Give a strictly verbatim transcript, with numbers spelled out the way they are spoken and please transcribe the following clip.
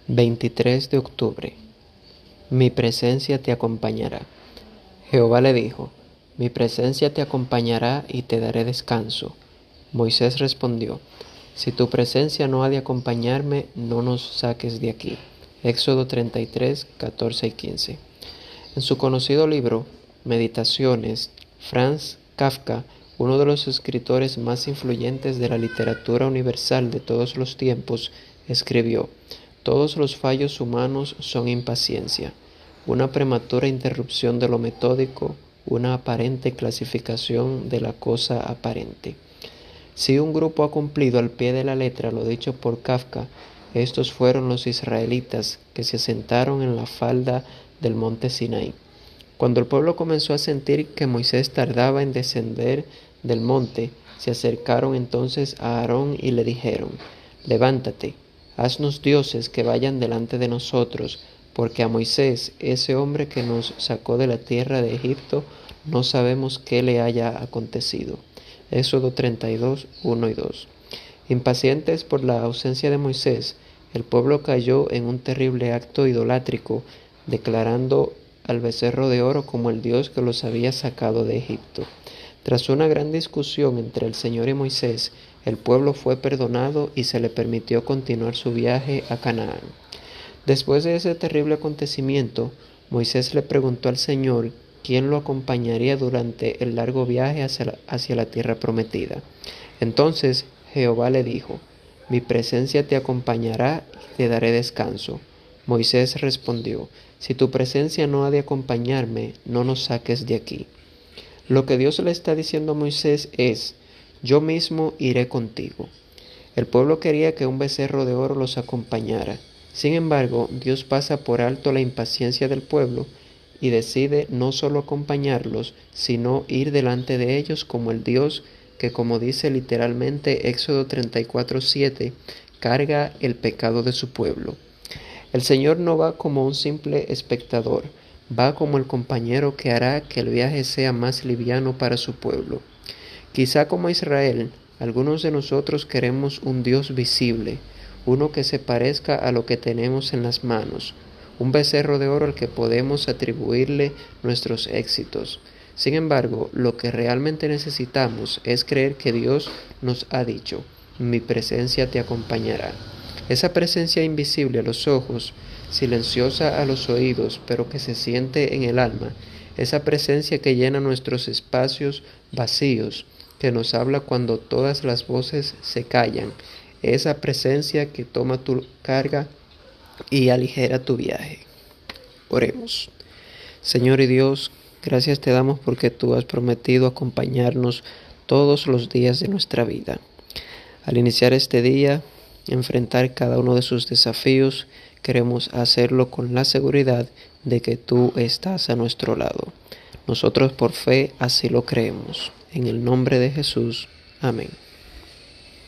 veintitrés de octubre. Mi presencia te acompañará. Jehová le dijo: Mi presencia te acompañará y te daré descanso. Moisés respondió: Si tu presencia no ha de acompañarme, no nos saques de aquí. Éxodo treinta y tres, catorce y quince. En su conocido libro, Meditaciones, Franz Kafka, uno de los escritores más influyentes de la literatura universal de todos los tiempos, escribió: Todos los fallos humanos son impaciencia, una prematura interrupción de lo metódico, una aparente clasificación de la cosa aparente. Si un grupo ha cumplido al pie de la letra lo dicho por Kafka, estos fueron los israelitas que se asentaron en la falda del monte Sinaí. Cuando el pueblo comenzó a sentir que Moisés tardaba en descender del monte, se acercaron entonces a Aarón y le dijeron: Levántate, haznos dioses que vayan delante de nosotros, porque a Moisés, ese hombre que nos sacó de la tierra de Egipto, no sabemos qué le haya acontecido. Éxodo treinta y dos, uno y dos. Impacientes por la ausencia de Moisés, el pueblo cayó en un terrible acto idolátrico, declarando al becerro de oro como el Dios que los había sacado de Egipto. Tras una gran discusión entre el Señor y Moisés, el pueblo fue perdonado y se le permitió continuar su viaje a Canaán. Después de ese terrible acontecimiento, Moisés le preguntó al Señor quién lo acompañaría durante el largo viaje hacia la, hacia la tierra prometida. Entonces Jehová le dijo: Mi presencia te acompañará y te daré descanso. Moisés respondió: Si tu presencia no ha de acompañarme, no nos saques de aquí. Lo que Dios le está diciendo a Moisés es: Yo mismo iré contigo. El pueblo quería que un becerro de oro los acompañara. Sin embargo, Dios pasa por alto la impaciencia del pueblo y decide no solo acompañarlos, sino ir delante de ellos como el Dios que, como dice literalmente Éxodo treinta y cuatro, siete, carga el pecado de su pueblo. El Señor no va como un simple espectador, va como el compañero que hará que el viaje sea más liviano para su pueblo. Quizá como Israel, algunos de nosotros queremos un Dios visible, uno que se parezca a lo que tenemos en las manos, un becerro de oro al que podemos atribuirle nuestros éxitos. Sin embargo, lo que realmente necesitamos es creer que Dios nos ha dicho: Mi presencia te acompañará. Esa presencia invisible a los ojos, silenciosa a los oídos, pero que se siente en el alma, esa presencia que llena nuestros espacios vacíos, que nos habla cuando todas las voces se callan, esa presencia que toma tu carga y aligera tu viaje. Oremos. Señor y Dios, gracias te damos porque tú has prometido acompañarnos todos los días de nuestra vida. Al iniciar este día, enfrentar cada uno de sus desafíos, queremos hacerlo con la seguridad de que tú estás a nuestro lado. Nosotros por fe así lo creemos. En el nombre de Jesús. Amén.